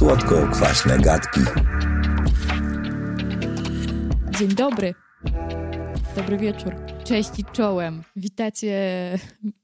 Słodko-kwaśne gadki. Dzień dobry. Dobry wieczór. Cześć i czołem. Witajcie.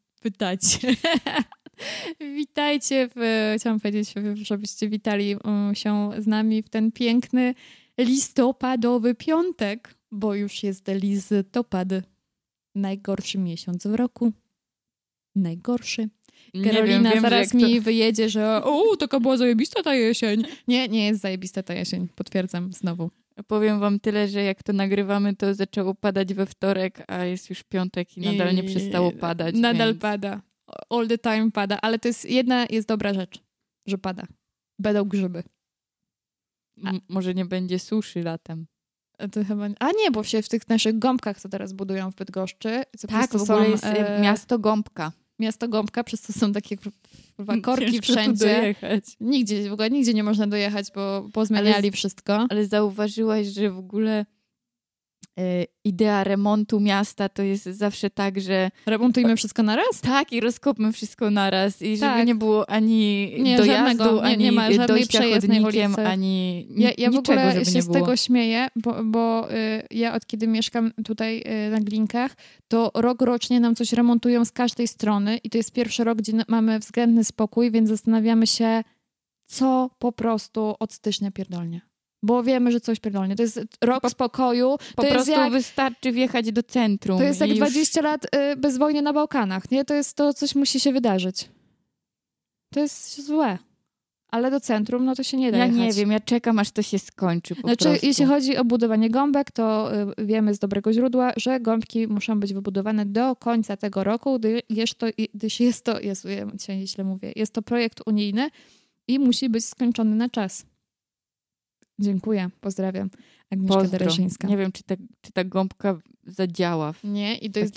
Chciałam powiedzieć, żebyście witali się z nami w ten piękny listopadowy piątek, bo już jest listopad. Najgorszy miesiąc w roku. Najgorszy. Karolina zaraz mi wyjedzie, że taka była zajebista ta jesień. Nie jest zajebista ta jesień. Potwierdzam znowu. Powiem wam tyle, że jak to nagrywamy, to zaczęło padać we wtorek, a jest już piątek i nadal nie przestało padać. Nadal pada. All the time pada. Ale to jest jedna dobra rzecz, że pada. Będą grzyby. Może nie będzie suszy latem. To chyba... A nie, bo się w tych naszych gąbkach, co teraz budują w Bydgoszczy. Tak, w ogóle jest miasto Gąbka. Miasto Gąbka, przez to są takie korki wszędzie. Nigdzie, w ogóle nigdzie nie można dojechać, bo pozmieniali wszystko. Ale zauważyłaś, że w ogóle idea remontu miasta to jest zawsze tak, że... Remontujmy wszystko naraz? Tak, i rozkopmy wszystko naraz. I żeby nie było ani dojazdu, ani nie ma dojścia chodnikiem, ulicy. ani ja w niczego, ogóle żeby się nie z było. tego śmieję, bo ja od kiedy mieszkam tutaj na Glinkach, to rok rocznie nam coś remontują z każdej strony i to jest pierwszy rok, gdzie mamy względny spokój, więc zastanawiamy się, co po prostu od stycznia pierdolnie. Bo wiemy, że coś pierdolnie. To jest rok spokoju. Po prostu wystarczy wjechać do centrum. To jest jak 20 lat bez wojny na Bałkanach, nie? To coś musi się wydarzyć. To jest złe. Ale do centrum, no to się nie da jechać. Ja nie wiem, ja czekam, aż to się skończy po prostu. Jeśli chodzi o budowanie gąbek, to wiemy z dobrego źródła, że gąbki muszą być wybudowane do końca tego roku, gdyż jest to, Jezu, ja dzisiaj źle mówię, jest to projekt unijny i musi być skończony na czas. Dziękuję, pozdrawiam. Agnieszka Dereszyńska. Nie wiem, czy ta gąbka zadziała. Nie, i to jest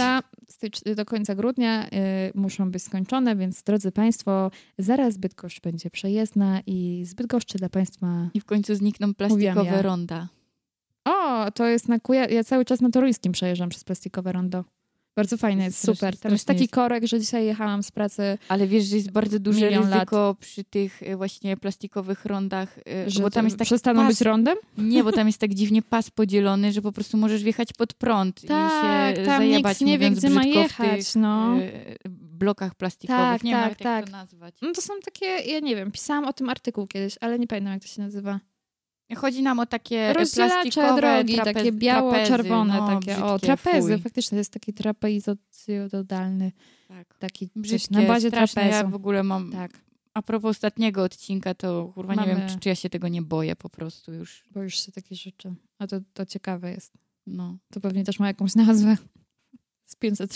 do końca grudnia muszą być skończone, więc drodzy Państwo, zaraz Bydgoszcz będzie przejezdna i z Bydgoszczy dla Państwa... I w końcu znikną plastikowe ronda. O, to jest ja cały czas na Toruńskim przejeżdżam przez plastikowe rondo. Bardzo fajne, jest super. Tam jest taki korek, że dzisiaj jechałam z pracy. Ale wiesz, że jest bardzo duże ryzyko przy tych właśnie plastikowych rondach. Że bo tam jest tak przestaną być rondem? Nie, bo tam jest tak dziwnie pas podzielony, że po prostu możesz wjechać pod prąd i się tam zajebać, nikt nie wie, gdzie ma jechać, w tych blokach plastikowych. Nie wiem, jak to nazwać. No to są takie, ja nie wiem, pisałam o tym artykuł kiedyś, ale nie pamiętam, jak to się nazywa. Chodzi nam o takie plastikowe drogi, takie biało-czerwone. Trapezy. Faktycznie to jest taki trapezoidalny. Tak. Taki brzydkie, na bazie straszne. trapezu. Ja w ogóle mam... Tak. A propos ostatniego odcinka, to nie wiem, czy ja się tego nie boję po prostu już. Boisz się takich rzeczy. A to ciekawe jest. No. To pewnie też ma jakąś nazwę. Z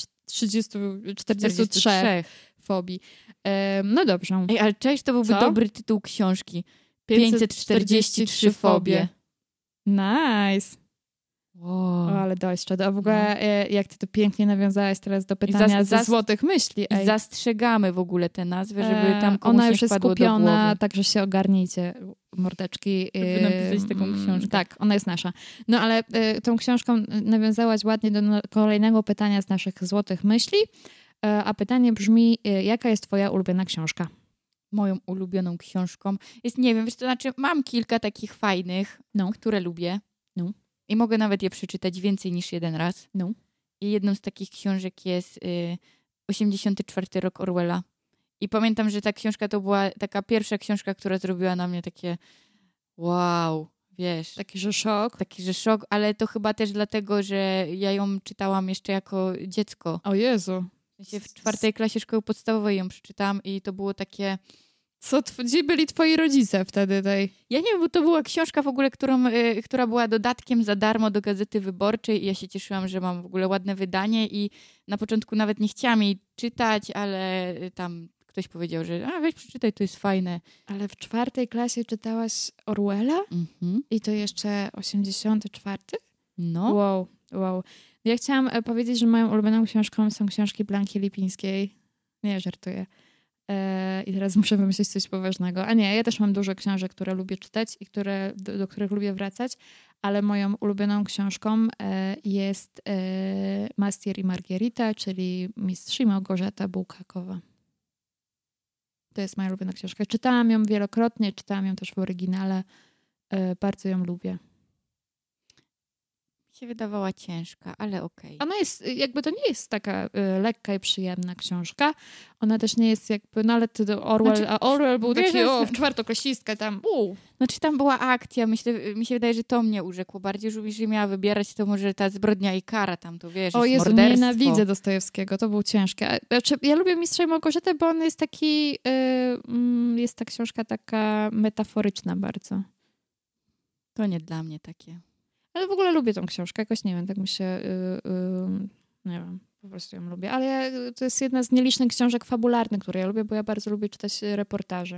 543 fobii. No dobrze. Ej, ale cześć, to byłby dobry tytuł książki. 543 fobie. Nice. Wow. Ale dość. A w ogóle jak ty to pięknie nawiązałaś teraz do pytania ze złotych myśli. I zastrzegamy w ogóle tę nazwę, żeby tam komuś ona już nie jest wpadło skupiona, do głowy. także się ogarnijcie, mordeczki. Żeby napisać taką książkę. Tak, ona jest nasza. No ale tą książką nawiązałaś ładnie do kolejnego pytania z naszych złotych myśli. A pytanie brzmi, jaka jest twoja ulubiona książka? Moją ulubioną książką jest, nie wiem, wiesz, to znaczy mam kilka takich fajnych, które lubię. No. I mogę nawet je przeczytać więcej niż jeden raz. No. I jedną z takich książek jest 84 rok Orwella. I pamiętam, że ta książka to była taka pierwsza książka, która zrobiła na mnie takie wow, wiesz. Taki, że szok. Ale to chyba też dlatego, że ja ją czytałam jeszcze jako dziecko. O Jezu. W 4. klasie szkoły podstawowej ją przeczytałam i to było takie... Gdzie byli twoi rodzice wtedy? Ja nie wiem, bo to była książka w ogóle, która była dodatkiem za darmo do Gazety Wyborczej i ja się cieszyłam, że mam w ogóle ładne wydanie i na początku nawet nie chciałam jej czytać, ale tam ktoś powiedział, że weź przeczytaj, to jest fajne. Ale w 4. klasie czytałaś Orwella? Mhm. I to jeszcze 84? No. Wow. Ja chciałam powiedzieć, że moją ulubioną książką są książki Blanki Lipińskiej. Nie, żartuję. I teraz muszę wymyślić coś poważnego. A nie, ja też mam dużo książek, które lubię czytać i do których lubię wracać, ale moją ulubioną książką jest Mastier i Margherita, czyli Mistrz i Małgorzata Bułhakowa. To jest moja ulubiona książka. Czytałam ją wielokrotnie, czytałam ją też w oryginale. Bardzo ją lubię. Mi się wydawała ciężka, ale okej. Ona jest, jakby to nie jest taka lekka i przyjemna książka. Ona też nie jest jakby, no ale to Orwell, Znaczy, a Orwell był wiesz, taki, czwartoklasistka tam, Znaczy tam była akcja, mi się wydaje, że to mnie urzekło bardziej, że miała wybierać, to może ta zbrodnia i kara tam, to wiesz, O Jezu, morderstwo. nienawidzę Dostojewskiego, to był ciężki. Znaczy, ja lubię Mistrza i Małgorzatę, bo on jest taki, jest ta książka taka metaforyczna bardzo. To nie dla mnie takie. Ale w ogóle lubię tą książkę, jakoś nie wiem, tak mi się, nie wiem, po prostu ją lubię. Ale to jest jedna z nielicznych książek fabularnych, które ja lubię, bo ja bardzo lubię czytać reportaże.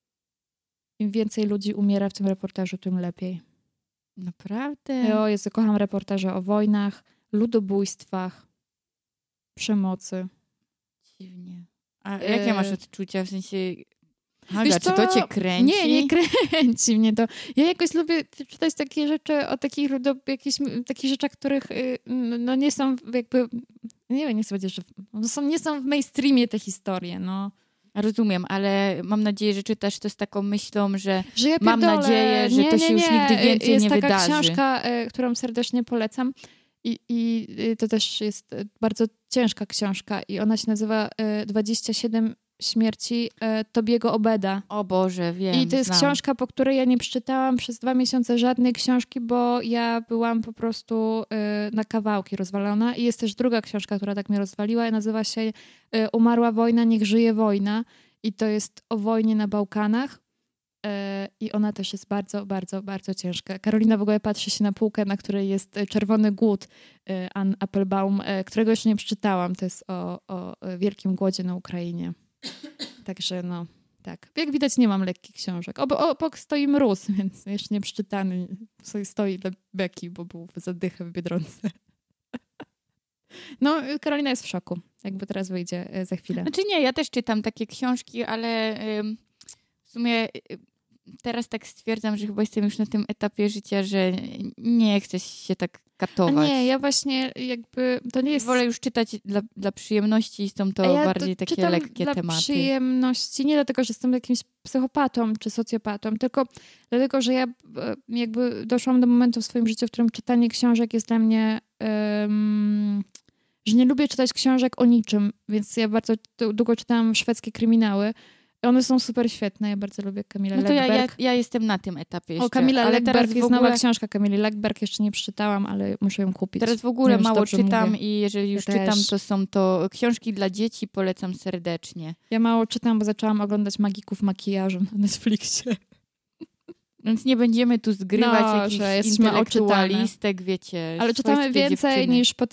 Im więcej ludzi umiera w tym reportażu, tym lepiej. Naprawdę? O Jezu, kocham reportaże o wojnach, ludobójstwach, przemocy. Dziwnie. A jakie masz odczucia? W sensie... Wiesz czy to cię kręci? Nie kręci mnie to. Ja jakoś lubię czytać takie rzeczy o jakichś takich rzeczach, których no nie są jakby, nie wiem, nie chcę powiedzieć, że nie są w mainstreamie te historie, no. Rozumiem, ale mam nadzieję, że czytasz to z taką myślą, że ja mam nadzieję, że to się już nigdy więcej jest nie taka wydarzy. książka, którą serdecznie polecam i to też jest bardzo ciężka książka i ona się nazywa 27 śmierci Tobiego Obeda. O Boże, wiem. I to jest książka, po której ja nie przeczytałam przez 2 miesiące żadnej książki, bo ja byłam po prostu na kawałki rozwalona. I jest też druga książka, która tak mnie rozwaliła i nazywa się Umarła wojna, niech żyje wojna. I to jest o wojnie na Bałkanach. I ona też jest bardzo, bardzo, bardzo ciężka. Karolina w ogóle patrzy się na półkę, na której jest Czerwony Głód Ann Applebaum, którego jeszcze nie przeczytałam. To jest o wielkim głodzie na Ukrainie. Także no, tak. Jak widać, nie mam lekkich książek. Obok stoi Mróz, więc jeszcze nie przeczytany. Stoi dla Beki, bo był zadychę w Biedronce. No, Karolina jest w szoku. Jakby teraz wyjdzie za chwilę. Znaczy nie, ja też czytam takie książki, ale w sumie teraz tak stwierdzam, że chyba jestem już na tym etapie życia, że nie chcę się tak katować. A nie, ja właśnie jakby, to nie jest... Wolę już czytać dla przyjemności i są to bardziej takie lekkie dla tematy. Przyjemności, nie dlatego, że jestem jakimś psychopatą czy socjopatą, tylko dlatego, że ja jakby doszłam do momentu w swoim życiu, w którym czytanie książek jest dla mnie... że nie lubię czytać książek o niczym, więc ja bardzo długo czytałam szwedzkie kryminały. One są super świetne, ja bardzo lubię Kamilę Läckberg. Ja jestem na tym etapie jeszcze. O, Kamila Läckberg jest nowa ogóle... książka Kamili Läckberg, jeszcze nie przeczytałam, ale muszę ją kupić. Teraz w ogóle mało czytam mówię. I jeżeli już czytam, to są to książki dla dzieci, polecam serdecznie. Ja mało czytam, bo zaczęłam oglądać Magików makijażu na Netflixie. Więc nie będziemy tu zgrywać jakichś intelektualistek, wiecie. Ale czytamy więcej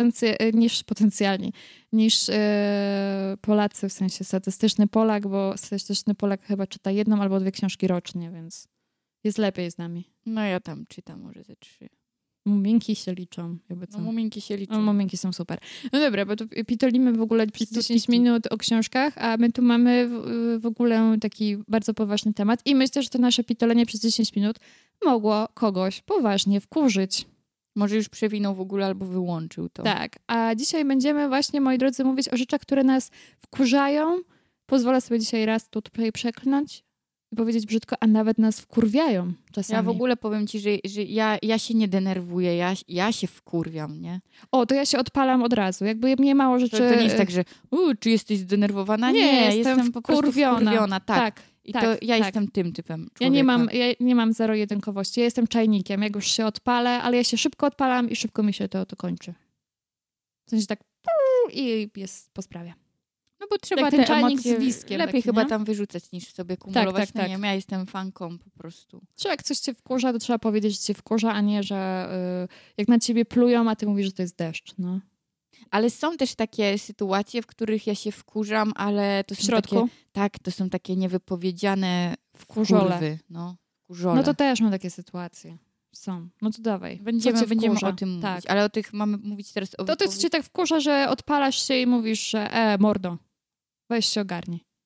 niż Polacy, w sensie statystyczny Polak, bo statystyczny Polak chyba czyta 1 albo 2 książki rocznie, więc jest lepiej z nami. No ja tam czytam może ze 3. Muminki się liczą. Jakby co. No, muminki się liczą. No, muminki są super. No dobra, bo tu pitolimy w ogóle przez 10 minut o książkach, a my tu mamy w ogóle taki bardzo poważny temat i myślę, że to nasze pitolenie przez 10 minut mogło kogoś poważnie wkurzyć. Może już przewinął w ogóle albo wyłączył to. Tak, a dzisiaj będziemy właśnie, moi drodzy, mówić o rzeczach, które nas wkurzają. Pozwolę sobie dzisiaj raz tutaj przeklnąć i powiedzieć brzydko, a nawet nas wkurwiają czasami. Ja w ogóle powiem ci, że ja się nie denerwuję, ja się wkurwiam, nie? O, to ja się odpalam od razu. Jakby mnie mało rzeczy... To nie jest tak, że czy jesteś zdenerwowana? Nie, jestem po prostu wkurwiona. Tak. I to ja jestem tym typem człowieka. Ja nie mam zero-jedynkowości. Ja jestem czajnikiem. Jak już się odpalę, ale ja się szybko odpalam i szybko mi się to kończy. W sensie tak i jest po sprawie. No bo trzeba jak te ten czajnik emocje z wiskiem lepiej taki, chyba nie? tam wyrzucać niż sobie kumulować. Tak. Nie wiem, ja jestem fanką po prostu. Czy jak coś cię wkurza, to trzeba powiedzieć, że cię wkurza, a nie, że jak na ciebie plują, a ty mówisz, że to jest deszcz. No. Ale są też takie sytuacje, w których ja się wkurzam, ale to są to są takie niewypowiedziane wkurzole. Kurzole. No to też mam takie sytuacje. Są. No to dawaj. Będziemy o tym mówić, ale o tych mamy mówić teraz o to cię tak wkurza, że odpalasz się i mówisz, że mordo, weź się ogarnij.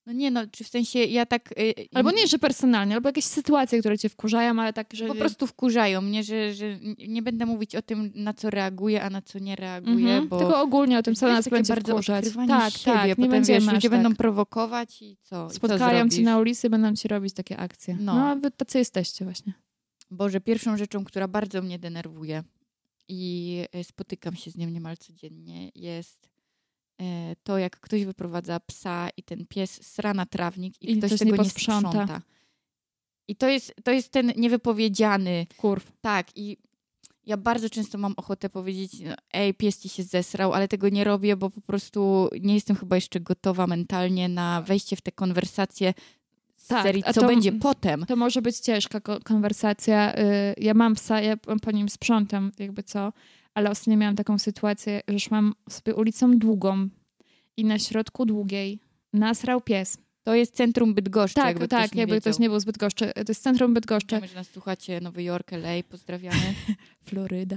No nie, no, czy w sensie ja tak... Albo nie, że personalnie, albo jakieś sytuacje, które cię wkurzają, ale tak, że... Po prostu wkurzają mnie, że nie będę mówić o tym, na co reaguję, a na co nie reaguję, bo... Tylko ogólnie o tym, co to nas jest takie będzie bardzo wkurzać. odkrywanie Tak, siebie. tak, nie Potem, będziemy ludzie aż będą tak. prowokować i co? Spotkają I co cię na ulicy, będą ci robić takie akcje. No. No, a wy tacy jesteście właśnie. Boże, pierwszą rzeczą, która bardzo mnie denerwuje i spotykam się z nią niemal codziennie, jest to, jak ktoś wyprowadza psa i ten pies sra na trawnik i ktoś tego nie sprząta. I to jest ten niewypowiedziany Kurw. Tak, i ja bardzo często mam ochotę powiedzieć, no, ej, pies ci się zesrał, ale tego nie robię, bo po prostu nie jestem chyba jeszcze gotowa mentalnie na wejście w tę konwersację z serii, co będzie potem. To może być ciężka konwersacja. Ja mam psa, ja po nim sprzątam, jakby co, ale ostatnio miałam taką sytuację, że szłam sobie ulicą długą i na środku długiej nasrał pies. To jest centrum Bydgoszczy, tak, jakby tak, ktoś nie jakby wiedział. ktoś nie był z Bydgoszczy. To jest centrum Bydgoszczy. Wiemy, że nas słuchacie, Nowy Jork, LA, pozdrawiamy. Floryda.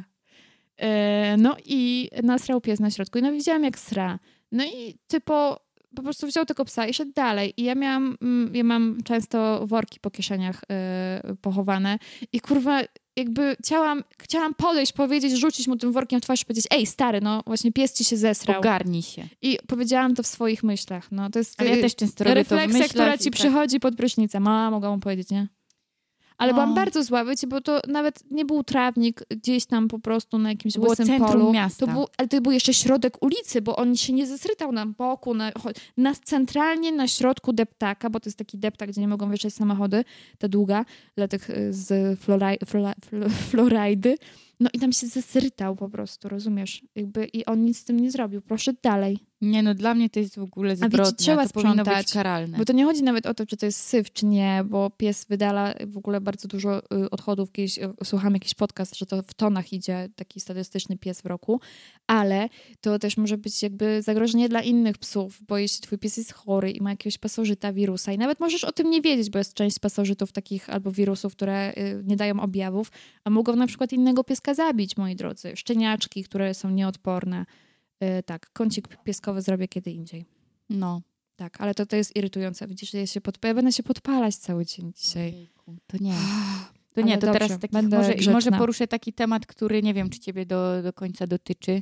No i nasrał pies na środku. I no widziałam jak sra. No i po prostu wziął tego psa i szedł dalej. I ja mam często worki po kieszeniach pochowane. I kurwa, jakby chciałam podejść, powiedzieć, rzucić mu tym workiem w twarz i powiedzieć, ej stary, no właśnie pies ci się zesrał. Ogarnij się. I powiedziałam to w swoich myślach. No, to jest ale ja też często robię refleksja, to w myślach która ci przychodzi pod prysznicem. Mogę mu powiedzieć, nie? Ale byłam bardzo zła, wiecie, bo to nawet nie był trawnik gdzieś tam po prostu na jakimś łysym centrum polu. miasta. Ale to był jeszcze środek ulicy, bo on się nie zesrytał na boku, centralnie na środku deptaka, bo to jest taki deptak, gdzie nie mogą wjeżdżać samochody, ta długa, dla tych z Florajdy. No i tam się zesrytał po prostu, rozumiesz? I on nic z tym nie zrobił. Proszę dalej. Nie, no dla mnie to jest w ogóle zbrodnia. Trzeba to powinno sprzątać, być karalne. Bo to nie chodzi nawet o to, czy to jest syf, czy nie, bo pies wydala w ogóle bardzo dużo odchodów. Kiedyś słucham jakiś podcast, że to w tonach idzie taki statystyczny pies w roku, ale to też może być jakby zagrożenie dla innych psów, bo jeśli twój pies jest chory i ma jakiegoś pasożyta, wirusa i nawet możesz o tym nie wiedzieć, bo jest część pasożytów takich albo wirusów, które nie dają objawów, a mogą na przykład innego pieska zabić, moi drodzy. Szczeniaczki, które są nieodporne. Tak, kącik pieskowy zrobię kiedy indziej. No. Tak, ale to jest irytujące. Widzisz, że ja będę się podpalać cały dzień dzisiaj. Ojejku, to nie. To nie, to dobrze, teraz może poruszę taki temat, który nie wiem, czy ciebie do końca dotyczy.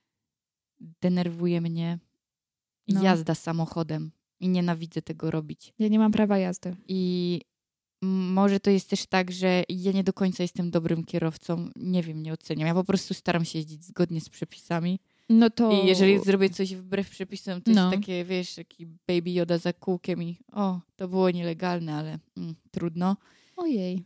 Denerwuje mnie jazda samochodem i nienawidzę tego robić. Ja nie mam prawa jazdy. I może to jest też tak, że ja nie do końca jestem dobrym kierowcą. Nie wiem, nie oceniam. Ja po prostu staram się jeździć zgodnie z przepisami. No to... I jeżeli zrobię coś wbrew przepisom, to jest takie, wiesz, taki Baby Yoda za kółkiem i to było nielegalne, ale trudno. Ojej.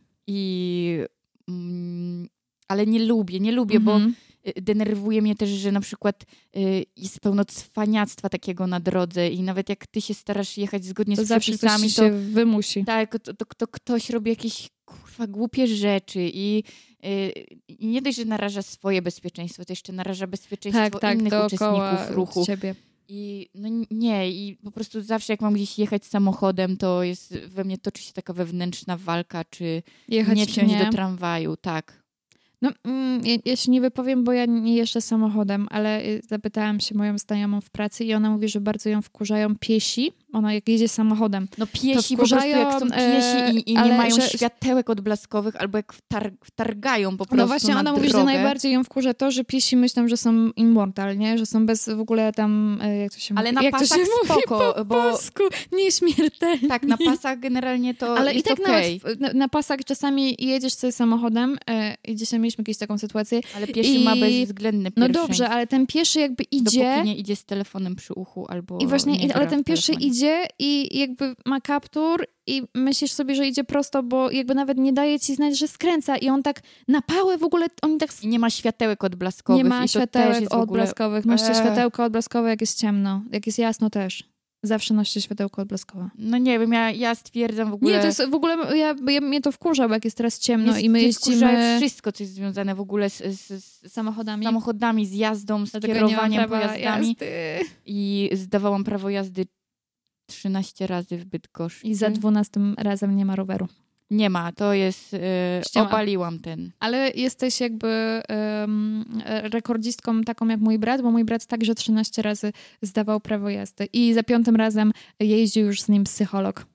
Ale nie lubię, bo denerwuje mnie też, że na przykład jest pełno cwaniactwa takiego na drodze i nawet jak ty się starasz jechać zgodnie z przepisami, to się wymusi. Tak, to ktoś robi jakieś głupie rzeczy i nie dość, że naraża swoje bezpieczeństwo, to jeszcze naraża bezpieczeństwo innych uczestników ruchu. Ciebie. I i po prostu zawsze jak mam gdzieś jechać samochodem, to jest we mnie toczy się taka wewnętrzna walka, czy nie wsiąść do tramwaju, tak. No, ja się nie wypowiem, bo ja nie jeżdżę samochodem, ale zapytałam się moją znajomą w pracy i ona mówi, że bardzo ją wkurzają piesi. Ona jak jedzie samochodem. No piesi po prostu jak są piesi i nie mają światełek odblaskowych albo jak wtargają po prostu. No właśnie ona mówi, że najbardziej ją wkurza to, że piesi myślą, że są immortal, nie? Że są bez w ogóle tam, jak to się mówi? Ale na pasach spoko, po polsku, nieśmiertelni. Tak, na pasach generalnie to ale jest i tak okej. Nawet na pasach czasami jedziesz sobie samochodem i dzisiaj mieliśmy jakąś taką sytuację. Ale pieszy ma bezwzględne pierwszeństwo. No dobrze, ale ten pieszy jakby idzie... Dopóki nie idzie z telefonem przy uchu albo... I właśnie, ale ten pieszy idzie i jakby ma kaptur i myślisz sobie, że idzie prosto, bo jakby nawet nie daje ci znać, że skręca i on tak na pałę w ogóle, oni tak... I nie ma światełek odblaskowych. Nie ma i światełek odblaskowych. Noście światełko odblaskowe, jak jest ciemno. Jak jest jasno też. Zawsze noście światełko odblaskowe. No nie wiem, ja stwierdzam w ogóle... Nie, to jest w ogóle, mnie to wkurza, bo jak jest teraz ciemno i my jeździmy... wszystko, co jest związane w ogóle z samochodami. Samochodami, z jazdą, z kierowaniem pojazdami. Jazdy. I zdawałam prawo jazdy 13 razy w Bydgoszczy. I za 12 razem nie ma roweru. Nie ma, to jest... Ściema. Obaliłam ten. Ale jesteś jakby rekordzistką taką jak mój brat, bo mój brat także 13 razy zdawał prawo jazdy. I za 5. razem jeździł już z nim psycholog.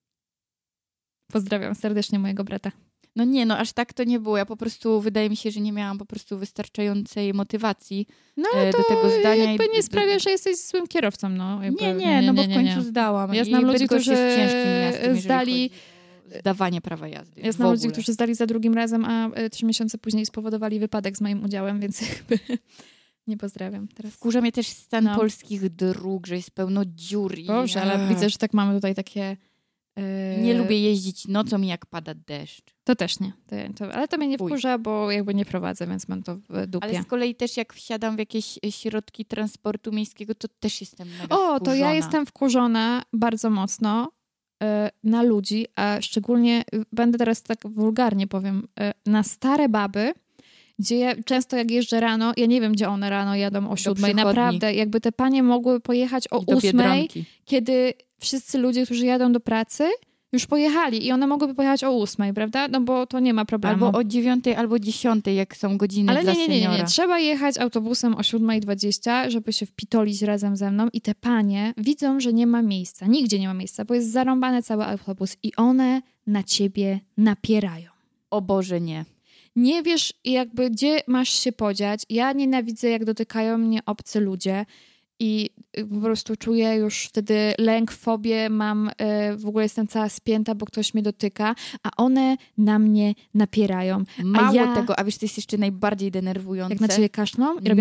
Pozdrawiam serdecznie mojego brata. No nie, no aż tak to nie było. Ja po prostu, wydaje mi się, że nie miałam po prostu wystarczającej motywacji do tego zdania. Jakby nie sprawia, że jesteś złym kierowcą. No, jakby, nie, bo w końcu zdałam. Ja znam ludzi, którzy jest ciężkim miastem, zdali... Zdawanie prawa jazdy. Ja znam ludzi, którzy zdali za 2. razem, a 3 miesiące później spowodowali wypadek z moim udziałem, więc jakby nie pozdrawiam teraz. Wkurza mnie też stan polskich dróg, że jest pełno dziur. Boże, ale widzę, że tak mamy tutaj takie... Nie lubię jeździć nocą, jak pada deszcz. To też nie. Ale to mnie nie wkurza, bo jakby nie prowadzę, więc mam to w dupie. Ale z kolei też jak wsiadam w jakieś środki transportu miejskiego, to też jestem mega wkurzona. To ja jestem wkurzona bardzo mocno na ludzi, a szczególnie, będę teraz tak wulgarnie powiem, na stare baby, gdzie ja często jak jeżdżę rano, ja nie wiem, gdzie one rano jadą o 7, naprawdę, jakby te panie mogły pojechać o 8, kiedy wszyscy ludzie, którzy jadą do pracy, już pojechali i one mogłyby pojechać o 8, prawda? No bo to nie ma problemu. Albo o 9, albo 10, jak są godziny ale dla seniora. Nie. Trzeba jechać autobusem o 7:20, żeby się wpitolić razem ze mną i te panie widzą, że nie ma miejsca. Nigdzie nie ma miejsca, bo jest zarąbany cały autobus i one na ciebie napierają. O Boże, nie. Nie wiesz jakby, gdzie masz się podziać. Ja nienawidzę, jak dotykają mnie obcy ludzie. I po prostu czuję już wtedy lęk, fobię, mam, w ogóle jestem cała spięta, bo ktoś mnie dotyka, a one na mnie napierają. Mało tego, a wiesz, to jest jeszcze najbardziej denerwujące. Jak na ciebie kaszlą i robią...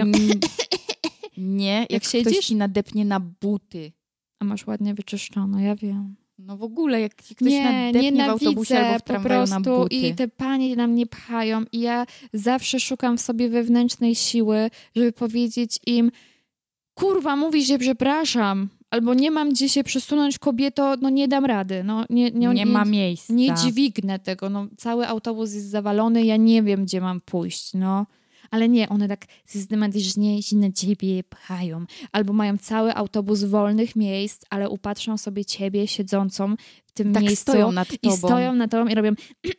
Nie, jak ktoś ci nadepnie na buty. A masz ładnie wyczyszczono, ja wiem. No w ogóle, jak ci ktoś nadepnie w autobusie albo w tramwaju na buty. I te panie na mnie pchają i ja zawsze szukam w sobie wewnętrznej siły, żeby powiedzieć im: kurwa, mówisz, że przepraszam, albo nie mam gdzie się przesunąć, kobieto, no nie dam rady. No, nie ma miejsca. Nie dźwignę tego, no cały autobus jest zawalony, ja nie wiem, gdzie mam pójść, no. Ale nie, one tak systematycznie się na ciebie pchają. Albo mają cały autobus wolnych miejsc, ale upatrzą sobie ciebie siedzącą w tym miejscu. Stoją nad tobą. I stoją nad tobą i robią...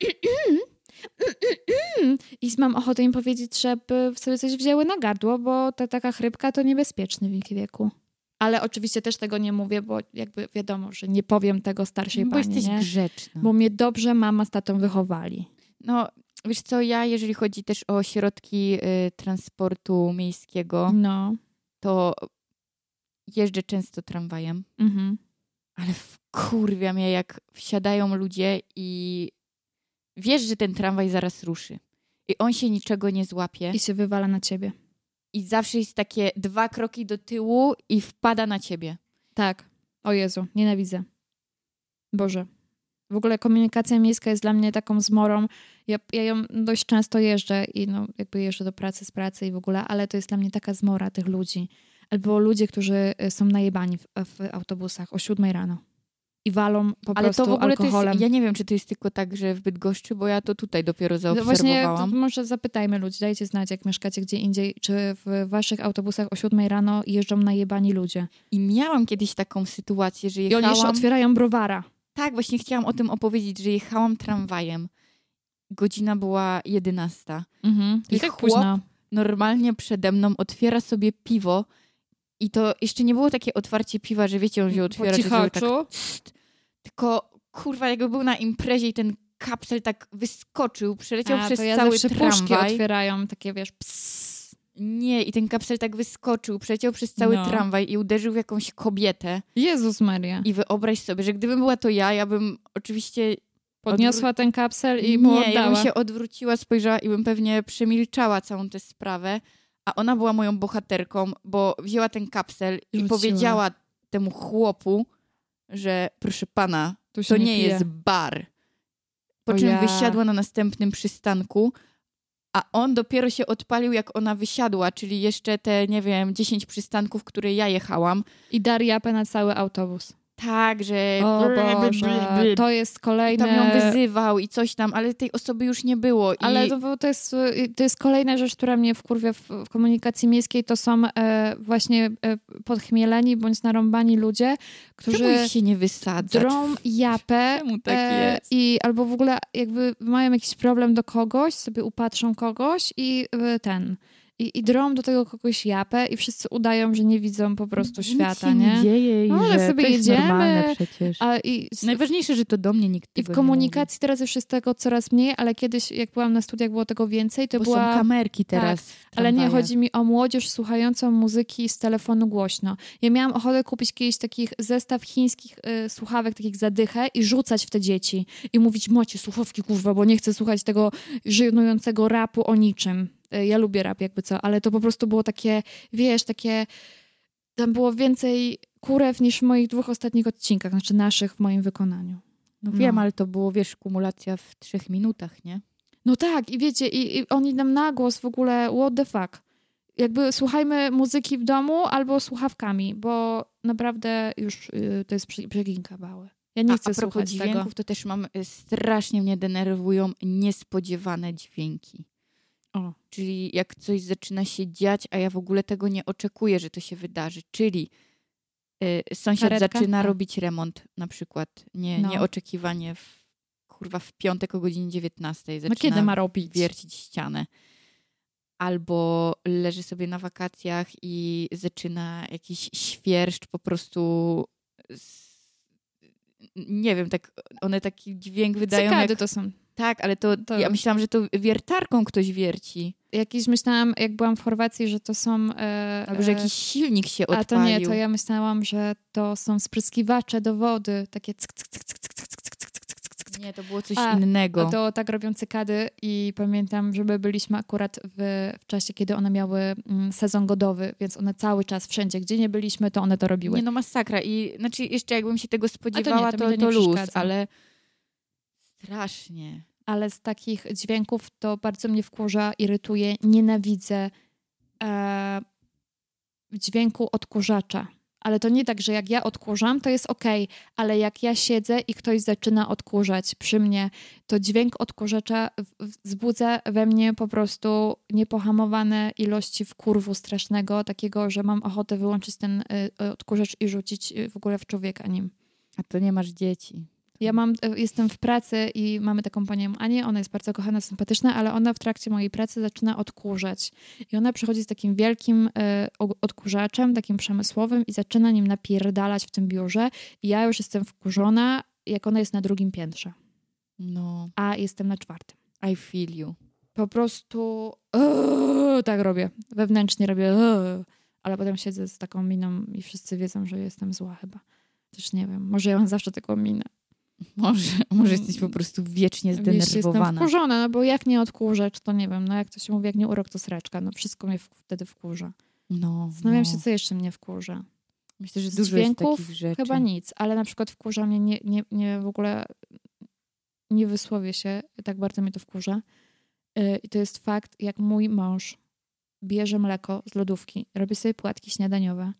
I mam ochotę im powiedzieć, żeby sobie coś wzięły na gardło, bo ta taka chrypka to niebezpieczny w ich wieku. Ale oczywiście też tego nie mówię, bo jakby wiadomo, że nie powiem tego starszej pani. Bo jesteś grzeczna. Bo mnie dobrze mama z tatą wychowali. No, wiesz co, ja jeżeli chodzi też o środki transportu miejskiego, to jeżdżę często tramwajem, ale wkurwia mnie, jak wsiadają ludzie i wiesz, że ten tramwaj zaraz ruszy. I on się niczego nie złapie. I się wywala na ciebie. I zawsze jest takie 2 kroki do tyłu i wpada na ciebie. Tak. O Jezu, nienawidzę. Boże. W ogóle komunikacja miejska jest dla mnie taką zmorą. Ja ją dość często jeżdżę i jakby jeżdżę do pracy, z pracy i w ogóle, ale to jest dla mnie taka zmora tych ludzi. Albo ludzie, którzy są najebani w autobusach o 7 rano. I walą po prostu to w ogóle alkoholem. Ja nie wiem, czy to jest tylko tak, że w Bydgoszczy, bo ja to tutaj dopiero zaobserwowałam. Właśnie, może zapytajmy ludzi, dajcie znać, jak mieszkacie gdzie indziej, czy w waszych autobusach o 7 rano jeżdżą najebani ludzie. I miałam kiedyś taką sytuację, że jechałam... I oni jeszcze otwierają browara. Tak, właśnie chciałam o tym opowiedzieć, że jechałam tramwajem. Godzina była 11. I tak późno. Normalnie przede mną otwiera sobie piwo i to jeszcze nie było takie otwarcie piwa, że wiecie, on się otwiera. Po cichaczu. Tylko, kurwa, jakby był na imprezie i ten kapsel tak wyskoczył, przeleciał przez to cały tramwaj. Puszki otwierają, takie wiesz, psss. Nie, i ten kapsel tak wyskoczył, przeleciał przez cały tramwaj i uderzył w jakąś kobietę. Jezus Maria. I wyobraź sobie, że gdybym była to ja bym oczywiście... Podniosła ten kapsel i mu oddała. Nie, ja bym się odwróciła, spojrzała i bym pewnie przemilczała całą tę sprawę, a ona była moją bohaterką, bo wzięła ten kapsel i powiedziała temu chłopu, że proszę pana, to nie jest bar. Po czym wysiadła na następnym przystanku, a on dopiero się odpalił, jak ona wysiadła, czyli jeszcze te, nie wiem, 10 przystanków, które ja jechałam. I dar japę na cały autobus. Tak, że... O Boże, to jest kolejne... I tam ją wyzywał i coś tam, ale tej osoby już nie było. Ale to jest kolejna rzecz, która mnie wkurwia w komunikacji miejskiej, to są właśnie podchmieleni bądź narąbani ludzie, którzy Czemu ich się nie wysadza? drą japę Czemu tak jest? i albo w ogóle jakby mają jakiś problem do kogoś, sobie upatrzą kogoś i I drą do tego kogoś japę i wszyscy udają, że nie widzą po prostu świata, Nic się nie? dzieje i ale że sobie to jest jedziemy. normalne przecież. I Najważniejsze, że to do mnie nikt tego w komunikacji teraz już jest tego coraz mniej, ale kiedyś, jak byłam na studiach, było tego więcej. To Bo była... są kamerki teraz. Tak, ale nie chodzi mi o młodzież słuchającą muzyki z telefonu głośno. Ja miałam ochotę kupić kiedyś takich zestaw chińskich słuchawek, takich zadychę i rzucać w te dzieci. I mówić, macie słuchawki, kurwa, bo nie chcę słuchać tego żenującego rapu o niczym. Ja lubię rap jakby co, ale to po prostu było takie, wiesz, takie... Tam było więcej kurew niż w moich 2 ostatnich odcinkach, znaczy naszych w moim wykonaniu. No wiem, ale to było, wiesz, kumulacja w 3 minutach, nie? No tak, i wiecie, i oni nam na głos w ogóle, what the fuck. Jakby słuchajmy muzyki w domu albo słuchawkami, bo naprawdę już to jest przeginka bałe. Ja nie chcę a propos słuchać dźwięków, tego. to też mam, strasznie mnie denerwują niespodziewane dźwięki. O. Czyli jak coś zaczyna się dziać, a ja w ogóle tego nie oczekuję, że to się wydarzy. Czyli sąsiad Karetka? zaczyna robić remont na przykład. Nieoczekiwanie w piątek o godzinie 19 zaczyna kiedy ma robić? wiercić ścianę. Albo leży sobie na wakacjach i zaczyna jakiś świerszcz po prostu... Nie wiem, tak one taki dźwięk wydają Cykady jak... to są. Tak, ale to ja myślałam, że to wiertarką ktoś wierci. Myślałam, jak byłam w Chorwacji, że to są... Albo że jakiś silnik się odpalił. A to nie, to ja myślałam, że to są spryskiwacze do wody. Takie cyk, cyk, cyk, cyk, cyk, cyk, cyk, cyk, cyk, cyk, cyk, cyk. Nie, to było coś innego. To tak robią cykady i pamiętam, że my byliśmy akurat w czasie, kiedy one miały sezon godowy, więc one cały czas wszędzie, gdzie nie byliśmy, to one to robiły. Nie, no masakra. I znaczy jeszcze jakbym się tego spodziewała, to luz, przeszkadza. ale strasznie. Ale z takich dźwięków to bardzo mnie wkurza, irytuje, nienawidzę dźwięku odkurzacza. Ale to nie tak, że jak ja odkurzam, to jest okej, ale jak ja siedzę i ktoś zaczyna odkurzać przy mnie, to dźwięk odkurzacza wzbudza we mnie po prostu niepohamowane ilości wkurwu strasznego, takiego, że mam ochotę wyłączyć ten odkurzacz i rzucić w ogóle w człowieka nim. A to nie masz dzieci. Jestem w pracy i mamy taką panią Anię, ona jest bardzo kochana, sympatyczna, ale ona w trakcie mojej pracy zaczyna odkurzać. I ona przychodzi z takim wielkim odkurzaczem, takim przemysłowym i zaczyna nim napierdalać w tym biurze. I ja już jestem wkurzona, jak ona jest na 2. piętrze. No. A jestem na 4. I feel you. Po prostu tak robię. Wewnętrznie robię ale potem siedzę z taką miną i wszyscy wiedzą, że jestem zła chyba. Też nie wiem. Może ja mam zawsze taką minę. Może jesteś po prostu wiecznie zdenerwowana. Jestem wkurzona, no bo jak nie odkurzacz, to nie wiem, no jak to się mówi, jak nie urok, to sreczka. No wszystko mnie wtedy wkurza. Zastanawiam się, co jeszcze mnie wkurza. Myślę, że z dużo dźwięków jest takich rzeczy. Chyba nic, ale na przykład wkurza mnie, nie w ogóle nie wysłowię się, tak bardzo mnie to wkurza. I to jest fakt, jak mój mąż bierze mleko z lodówki, robi sobie płatki śniadaniowe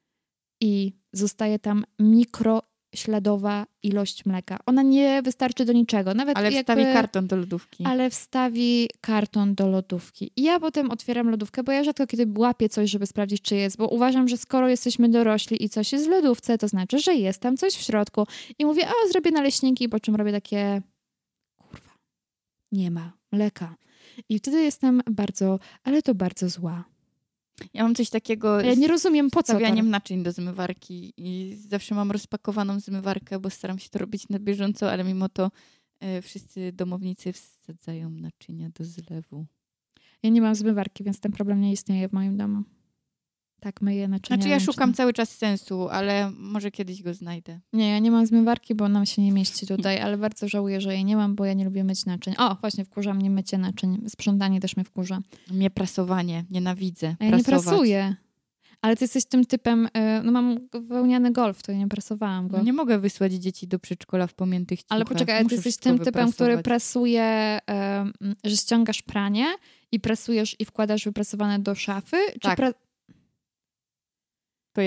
i zostaje tam mikrośladowa ilość mleka. Ona nie wystarczy do niczego. Ale wstawi karton do lodówki. Ale wstawi karton do lodówki. I ja potem otwieram lodówkę, bo ja rzadko kiedy łapię coś, żeby sprawdzić, czy jest, bo uważam, że skoro jesteśmy dorośli i coś jest w lodówce, to znaczy, że jest tam coś w środku. I mówię, zrobię naleśniki, po czym robię takie kurwa, nie ma mleka. I wtedy jestem bardzo zła. Ja mam coś takiego ja nie rozumiem, po co stawianiem naczyń do zmywarki i zawsze mam rozpakowaną zmywarkę, bo staram się to robić na bieżąco, ale mimo to wszyscy domownicy wsadzają naczynia do zlewu. Ja nie mam zmywarki, więc ten problem nie istnieje w moim domu. Tak, myję naczynia. Znaczy ja szukam cały czas sensu, ale może kiedyś go znajdę. Nie, ja nie mam zmywarki, bo nam się nie mieści tutaj, ale bardzo żałuję, że jej nie mam, bo ja nie lubię myć naczyń. Właśnie, wkurza mnie mycie naczyń. Sprzątanie też mnie wkurza. Mnie prasowanie. Nienawidzę ja nie prasuję. Ale ty jesteś tym typem, mam wełniany golf, to ja nie prasowałam go. No nie mogę wysłać dzieci do przedszkola w pomiętych ciuchach. Ale poczekaj, ty jesteś tym typem, który prasuje, że ściągasz pranie i prasujesz i wkładasz wyprasowane do szafy? Tak. To ja.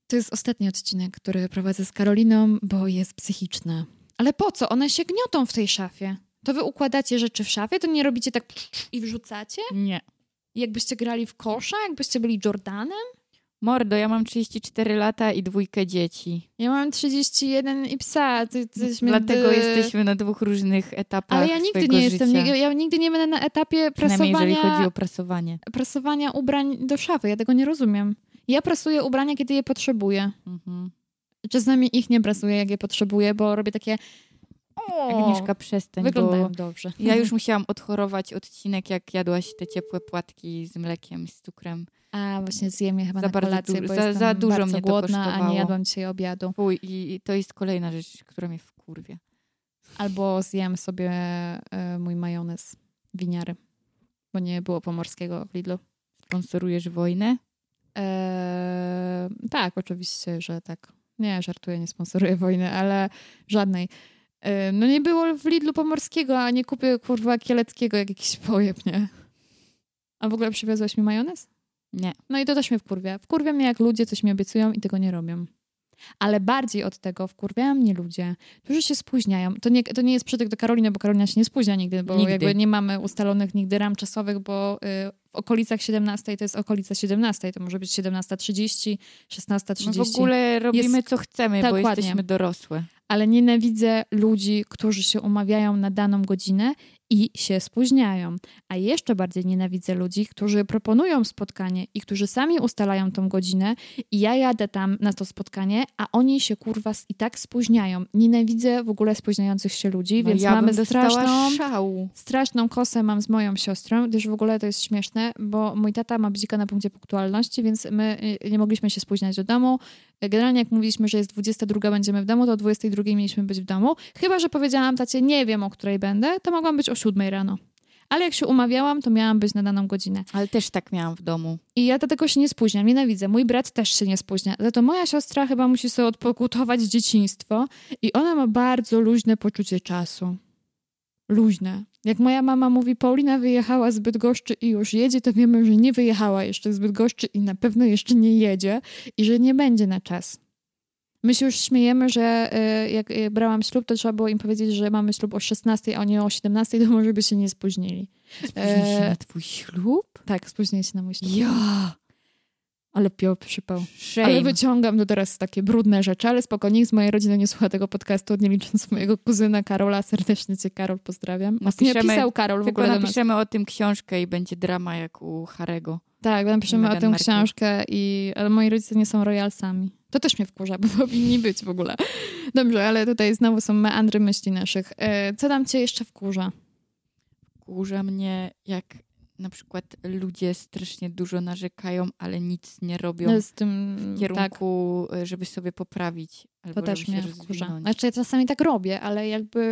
To jest ostatni odcinek, który prowadzę z Karoliną, bo jest psychiczny. Ale po co? One się gniotą w tej szafie. To wy układacie rzeczy w szafie, to nie robicie tak i wrzucacie? Nie. Jakbyście grali w kosza? Jakbyście byli Jordanem? Mordo, ja mam 34 lata i 2 dzieci. Ja mam 31 i psa. Dlatego jesteśmy na 2 różnych etapach. Ale ja nigdy nie jestem. Ja nigdy nie będę na etapie przynajmniej prasowania. jeżeli chodzi o prasowanie. Prasowania ubrań do szafy. Ja tego nie rozumiem. Ja prasuję ubrania, kiedy je potrzebuję. Czasami ich nie prasuję, jak je potrzebuję, bo robię takie... Agnieszka, przestań, wyglądają bo dobrze. Ja już musiałam odchorować odcinek, jak jadłaś te ciepłe płatki z mlekiem, z cukrem. A, właśnie zjem je chyba Za na kolację, bo za dużo bardzo mnie to głodna, kosztowało. a nie jadłam dzisiaj obiadu. Fuj, i to jest kolejna rzecz, która mnie wkurwia. Albo zjem sobie mój majonez winiary, bo nie było pomorskiego w Lidlu. Sponsorujesz wojnę? Tak, oczywiście, że tak. Nie, żartuję, nie sponsoruję wojny, ale żadnej. No nie było w Lidlu pomorskiego, a nie kupię kurwa kieleckiego jak jakiś pojeb, nie? A w ogóle przywiozłeś mi majonez? Nie. No i to też mnie wkurwia. Wkurwia mnie, jak ludzie coś mi obiecują i tego nie robią. Ale bardziej od tego wkurwiają mnie ludzie, którzy się spóźniają. To nie jest przytyk do Karoliny, bo Karolina się nie spóźnia nigdy, bo jakby nie mamy ustalonych nigdy ram czasowych, bo w okolicach 17 to jest okolica 17, to może być 17:30, 16:30. No w ogóle robimy co chcemy, tak, bo ładnie. jesteśmy dorosłe. Ale nienawidzę ludzi, którzy się umawiają na daną godzinę i się spóźniają. A jeszcze bardziej nienawidzę ludzi, którzy proponują spotkanie i którzy sami ustalają tą godzinę i ja jadę tam na to spotkanie, a oni się kurwa i tak spóźniają. Nienawidzę w ogóle spóźniających się ludzi, więc ja mamy straszną kosę mam z moją siostrą, gdyż w ogóle to jest śmieszne, bo mój tata ma bzika na punkcie punktualności, więc my nie mogliśmy się spóźniać do domu. Generalnie jak mówiliśmy, że jest 22, będziemy w domu, to o 22 mieliśmy być w domu. Chyba że powiedziałam tacie, nie wiem, o której będę, to mogłam być o 7 rano. Ale jak się umawiałam, to miałam być na daną godzinę. Ale też tak miałam w domu. I ja dlatego się nie spóźniam, nienawidzę. Mój brat też się nie spóźnia. Za to moja siostra chyba musi sobie odpokutować dzieciństwo i ona ma bardzo luźne poczucie czasu. Luźne. Jak moja mama mówi, Paulina wyjechała z Bydgoszczy i już jedzie, to wiemy, że nie wyjechała jeszcze z Bydgoszczy i na pewno jeszcze nie jedzie i że nie będzie na czas. My się już śmiejemy, że jak brałam ślub, to trzeba było im powiedzieć, że mamy ślub o 16, a nie o 17, to może by się nie spóźnili. Spóźnili się na twój ślub? Tak, spóźnili się na mój ślub. Ja! Ale przypał. Shame. Ale wyciągam do teraz takie brudne rzeczy, ale spoko, nikt z mojej rodziny nie słucha tego podcastu, nie licząc mojego kuzyna Karola. Serdecznie cię, Karol, pozdrawiam. Nie pisał Karol w ogóle do nas. Napiszemy o tym książkę i będzie drama jak u Harego. Tak, napiszemy o tym książkę, ale moi rodzice nie są royalsami. To też mnie wkurza, bo powinni być w ogóle. Dobrze, ale tutaj znowu są meandry myśli naszych. Co tam cię jeszcze wkurza? Wkurza mnie, jak na przykład ludzie strasznie dużo narzekają, ale nic nie robią z tym, w kierunku, żeby sobie poprawić. Albo to też mnie wkurza. rozwinąć. Znaczy ja czasami tak robię, ale jakby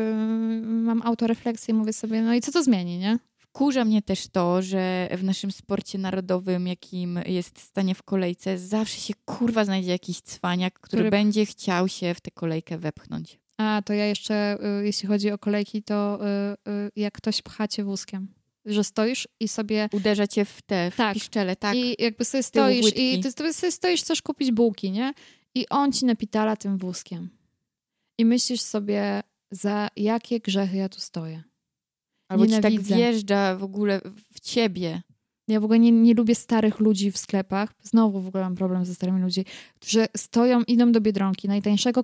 mam autorefleksję i mówię sobie, no i co to zmieni, nie? Wkurza mnie też to, że w naszym sporcie narodowym, jakim jest stanie w kolejce, zawsze się kurwa znajdzie jakiś cwaniak, który będzie chciał się w tę kolejkę wepchnąć. A, to ja jeszcze, jeśli chodzi o kolejki, to jak ktoś pcha cię wózkiem. Że stoisz i sobie... Uderza cię w piszczele, tak? I jakby sobie stoisz i ty sobie stoisz, chcesz kupić bułki, nie? I on ci napitala tym wózkiem. I myślisz sobie, za jakie grzechy ja tu stoję. Albo ci tak wjeżdża w ogóle w ciebie. Ja w ogóle nie lubię starych ludzi w sklepach. Znowu w ogóle mam problem ze starymi ludźmi, którzy stoją, idą do Biedronki, najtańszego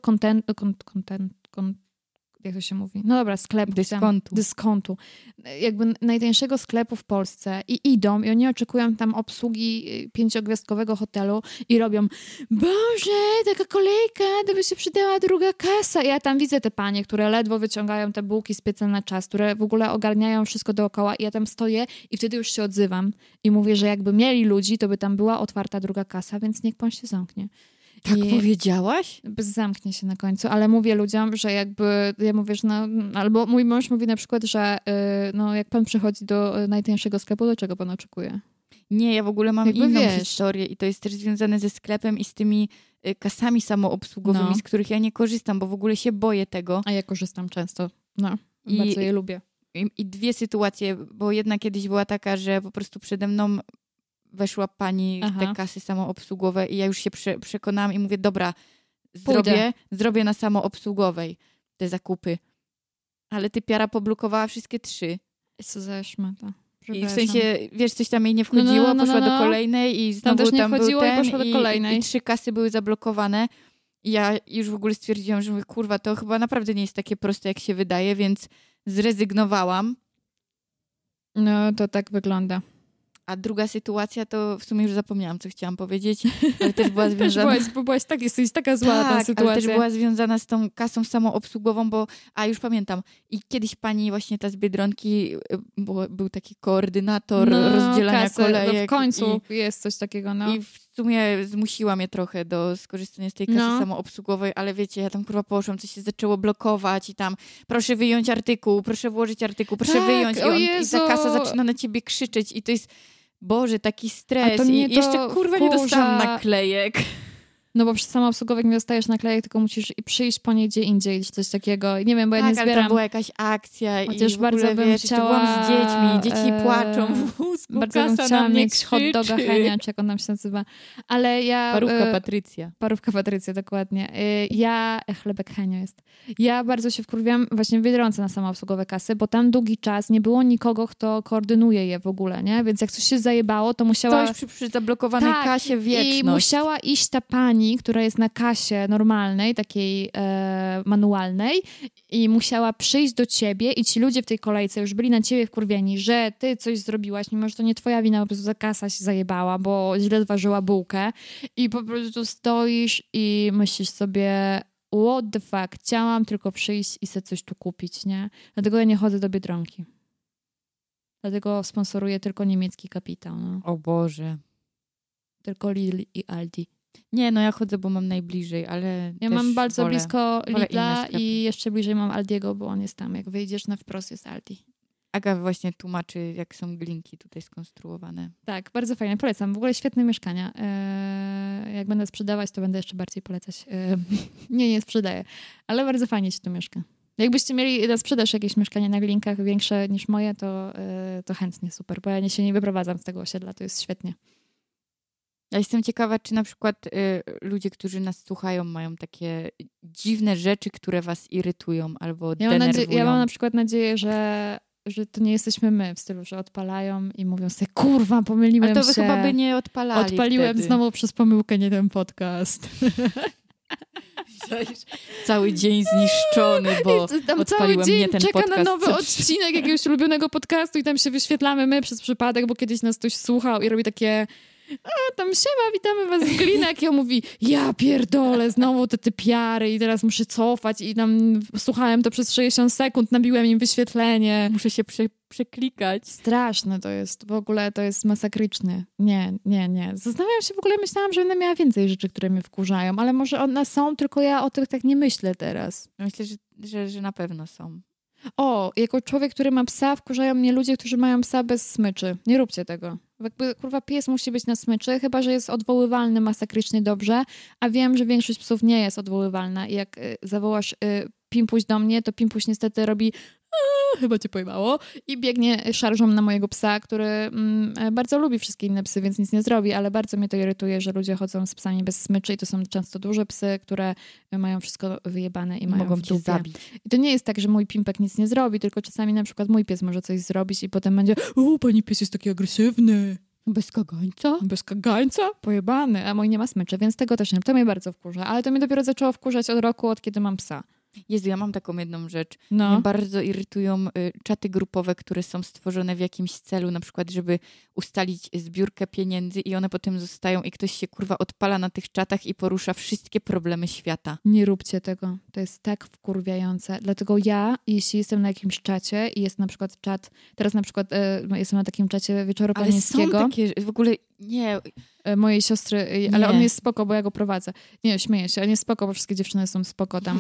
jak to się mówi? No dobra, sklepu. Dyskontu. Jakby najtańszego sklepu w Polsce i idą i oni oczekują tam obsługi 5-gwiazdkowego hotelu i robią, Boże, taka kolejka, to by się przydała druga kasa. I ja tam widzę te panie, które ledwo wyciągają te bułki z pieca na czas, które w ogóle ogarniają wszystko dookoła i ja tam stoję i wtedy już się odzywam i mówię, że jakby mieli ludzi, to by tam była otwarta druga kasa, więc niech pan się zamknie. Tak powiedziałaś? Zamknie się na końcu, ale mówię ludziom, że jakby, ja mówię, że no, albo mój mąż mówi na przykład, że no jak pan przychodzi do najtańszego sklepu, do czego pan oczekuje? Nie, ja w ogóle mam inną historię i to jest też związane ze sklepem i z tymi kasami samoobsługowymi, z których ja nie korzystam, bo w ogóle się boję tego. A ja korzystam często, bardzo je lubię. I dwie sytuacje, bo jedna kiedyś była taka, że po prostu przede mną weszła pani w te kasy samoobsługowe i ja już się przekonałam i mówię, dobra, zrobię na samoobsługowej te zakupy. Ale typiara poblokowała wszystkie 3. Co za szmata. I w sensie, wiesz, coś tam jej nie wchodziło, poszła do kolejnej i znowu tam też nie tam wchodziło był ten i poszła do kolejnej. I 3 kasy były zablokowane. I ja już w ogóle stwierdziłam, że mówię, kurwa, to chyba naprawdę nie jest takie proste, jak się wydaje, więc zrezygnowałam. No, to tak wygląda. A druga sytuacja, to w sumie już zapomniałam, co chciałam powiedzieć, ale też była związana... jesteś taka zła na tą sytuację. Ale też była związana z tą kasą samoobsługową, bo... już pamiętam. I kiedyś pani właśnie ta z Biedronki, był taki koordynator rozdzielania kolejek. No w końcu jest coś takiego, I w sumie zmusiła mnie trochę do skorzystania z tej kasy samoobsługowej, ale wiecie, ja tam kurwa poszłam, coś się zaczęło blokować i tam proszę wyjąć artykuł, proszę włożyć artykuł, proszę wyjąć. I ta kasa zaczyna na ciebie krzyczeć i to jest... Boże, taki stres. I jeszcze kurwa nie dostałam naklejek. No bo przy samoobsługowych nie dostajesz naklejek, tylko musisz przyjść po nie gdzie indziej, czy coś takiego. Nie wiem, bo ja nie zbieram. Ale tam była jakaś akcja chociaż i w ogóle, bym chciała... byłam z dziećmi, dzieci płaczą w wózku, bardzo bym chciała mieć hot doga Henia, czy jak on tam się nazywa. Ale ja... Parówka Patrycja, dokładnie. Chlebek Henio jest. Ja bardzo się wkurwiam właśnie w Biedronce na samoobsługowe kasy, bo tam długi czas nie było nikogo, kto koordynuje je w ogóle, nie? Więc jak coś się zajebało, to musiała... Stoisz przy zablokowanej kasie wieczność. I musiała iść ta pani, która jest na kasie normalnej, takiej manualnej i musiała przyjść do ciebie i ci ludzie w tej kolejce już byli na ciebie wkurwieni, że ty coś zrobiłaś, mimo że to nie twoja wina, po prostu ta kasa się zajebała, bo źle zważyła bułkę i po prostu stoisz i myślisz sobie what the fuck, chciałam tylko przyjść i sobie coś tu kupić, nie? Dlatego ja nie chodzę do Biedronki. Dlatego sponsoruję tylko niemiecki kapitał. No. O Boże. Tylko Lidl i Aldi. Nie, no ja chodzę, bo mam najbliżej, ale ja mam bardzo blisko Lidla i jeszcze bliżej mam Aldiego, bo on jest tam. Jak wyjdziesz na wprost jest Aldi. Aga właśnie tłumaczy, jak są glinki tutaj skonstruowane. Tak, bardzo fajnie. Polecam. W ogóle świetne mieszkania. Jak będę sprzedawać, to będę jeszcze bardziej polecać. Nie sprzedaję. Ale bardzo fajnie się tu mieszka. Jakbyście mieli na sprzedaż jakieś mieszkanie na glinkach większe niż moje, to chętnie, super. Bo ja się nie wyprowadzam z tego osiedla. To jest świetnie. Ja jestem ciekawa, czy na przykład ludzie, którzy nas słuchają, mają takie dziwne rzeczy, które was irytują albo denerwują. Ja mam na przykład nadzieję, że to nie jesteśmy my, w stylu, że odpalają i mówią sobie, kurwa, pomyliłem się. Ale to wy chyba by nie odpalali. Odpaliłem wtedy. Znowu przez pomyłkę nie ten podcast. Cały dzień zniszczony, bo odpaliłem nie ten podcast. Czeka na nowy odcinek jakiegoś ulubionego podcastu i tam się wyświetlamy my przez przypadek, bo kiedyś nas ktoś słuchał i robi takie... tam siema, witamy was z Glinek i on mówi, ja pierdolę, znowu te typiary i teraz muszę cofać i tam słuchałem to przez 60 sekund, nabiłem im wyświetlenie. Muszę się przeklikać. Straszne to jest, w ogóle to jest masakryczne. Nie. Zastanawiam się, w ogóle myślałam, że będę miała więcej rzeczy, które mnie wkurzają, ale może one są, tylko ja o tych tak nie myślę teraz. Myślę, że na pewno są. Jako człowiek, który ma psa, wkurzają mnie ludzie, którzy mają psa bez smyczy. Nie róbcie tego. Jakby, kurwa, pies musi być na smyczy, chyba że jest odwoływalny masakrycznie dobrze, a wiem, że większość psów nie jest odwoływalna i jak zawołasz Pimpuś do mnie, to Pimpuś niestety robi chyba cię pojmało i biegnie szarżą na mojego psa, który bardzo lubi wszystkie inne psy, więc nic nie zrobi, ale bardzo mnie to irytuje, że ludzie chodzą z psami bez smyczy i to są często duże psy, które mają wszystko wyjebane i mają mogą cię zabić. I to nie jest tak, że mój Pimpek nic nie zrobi, tylko czasami na przykład mój pies może coś zrobić i potem będzie pani pies jest taki agresywny. Bez kagańca? Bez kagańca? Pojebany. A mój nie ma smyczy, więc tego też nie. To mnie bardzo wkurza. Ale to mnie dopiero zaczęło wkurzać od roku, od kiedy mam psa. Jezu, ja mam taką jedną rzecz. Mnie bardzo irytują czaty grupowe, które są stworzone w jakimś celu, na przykład, żeby ustalić zbiórkę pieniędzy i one potem zostają i ktoś się kurwa odpala na tych czatach i porusza wszystkie problemy świata. Nie róbcie tego. To jest tak wkurwiające. Dlatego ja, jeśli jestem na jakimś czacie i jest na przykład czat, teraz na przykład jestem na takim czacie Wieczoru Panieńskiego. Ale są takie, w ogóle nie... Mojej siostry, ale on jest spoko, bo ja go prowadzę. Nie, śmieję się, on jest spoko, bo wszystkie dziewczyny są spoko tam,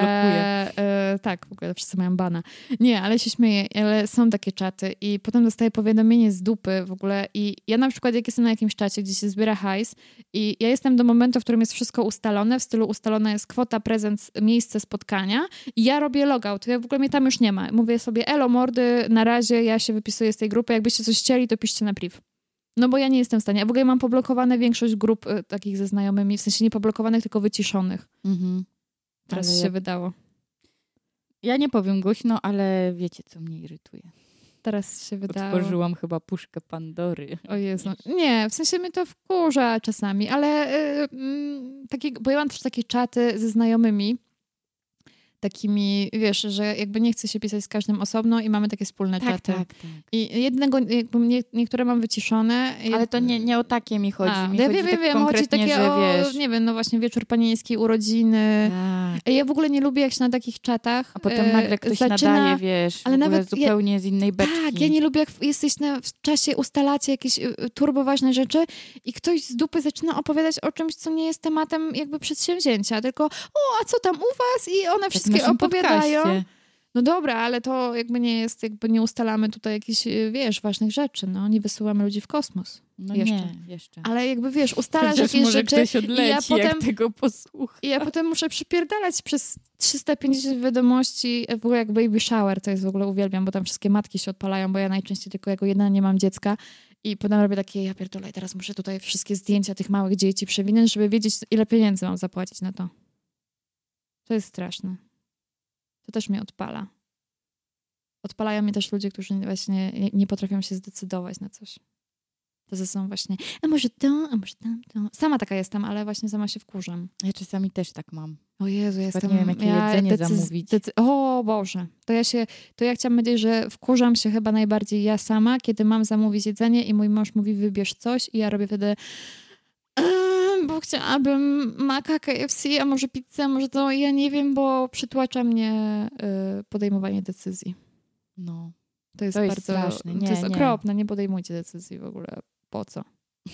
ale tak, w ogóle wszyscy mają bana. Nie, ale się śmieję, ale są takie czaty i potem dostaję powiadomienie z dupy w ogóle i ja na przykład jak jestem na jakimś czacie, gdzie się zbiera hajs i ja jestem do momentu, w którym jest wszystko ustalone, w stylu ustalona jest kwota, prezent, miejsce spotkania i ja robię logout, ja w ogóle mnie tam już nie ma. Mówię sobie, elo mordy, na razie ja się wypisuję z tej grupy, jakbyście coś chcieli, to piszcie na priv. No bo ja nie jestem w stanie. Ja w ogóle mam poblokowane większość grup takich ze znajomymi, w sensie nie poblokowanych, tylko wyciszonych. Teraz się wydało. Ja nie powiem głośno, ale wiecie, co mnie irytuje. Teraz się wydało. Otworzyłam chyba puszkę Pandory. O Jezu. Nie, w sensie mnie to wkurza czasami, ale bo ja mam też takie czaty ze znajomymi, takimi, wiesz, że jakby nie chcę się pisać z każdym osobno i mamy takie wspólne czaty. Tak. I jednego, niektóre mam wyciszone. Ale to nie o takie mi chodzi. Mi ja chodzi wiem, chodzi takie że wiesz... nie wiem, no właśnie wieczór panieński, urodziny. Tak. Ja w ogóle nie lubię, jak się na takich czatach a potem nagle ktoś nadaje, wiesz, ale nawet zupełnie z innej beczki. Tak, ja nie lubię, jak jesteś w czasie, ustalacie jakieś turboważne rzeczy i ktoś z dupy zaczyna opowiadać o czymś, co nie jest tematem jakby przedsięwzięcia, tylko a co tam u was? I one wszystkie opowiadają. Podcaście. No dobra, ale to jakby nie jest, jakby nie ustalamy tutaj jakichś, wiesz, ważnych rzeczy. No, nie wysyłamy ludzi w kosmos. No jeszcze. Ale jakby, wiesz, ustalasz jakieś może rzeczy ktoś odleci, jak tego posłucha. I ja potem muszę przypierdalać przez 350 wiadomości, w ogóle jak baby shower, to jest w ogóle uwielbiam, bo tam wszystkie matki się odpalają, bo ja najczęściej tylko jako jedna nie mam dziecka. I potem robię takie, ja pierdolę, teraz muszę tutaj wszystkie zdjęcia tych małych dzieci przewinąć, żeby wiedzieć, ile pieniędzy mam zapłacić na to. To jest straszne. To też mnie odpala. Odpalają mnie też ludzie, którzy właśnie nie potrafią się zdecydować na coś. To są właśnie, a może to, a może tamto. Sama taka jestem, ale właśnie sama się wkurzam. Ja czasami też tak mam. O Jezu, jestem... Nie wiem, jakie jedzenie zamówić. O Boże. To ja chciałam powiedzieć, że wkurzam się chyba najbardziej ja sama, kiedy mam zamówić jedzenie i mój mąż mówi, wybierz coś i ja robię wtedy... bo chciałabym maka, KFC, a może pizzę, a może to, ja nie wiem, bo przytłacza mnie podejmowanie decyzji. No. To jest bardzo straszne. To jest okropne, nie podejmujcie decyzji w ogóle. Po co?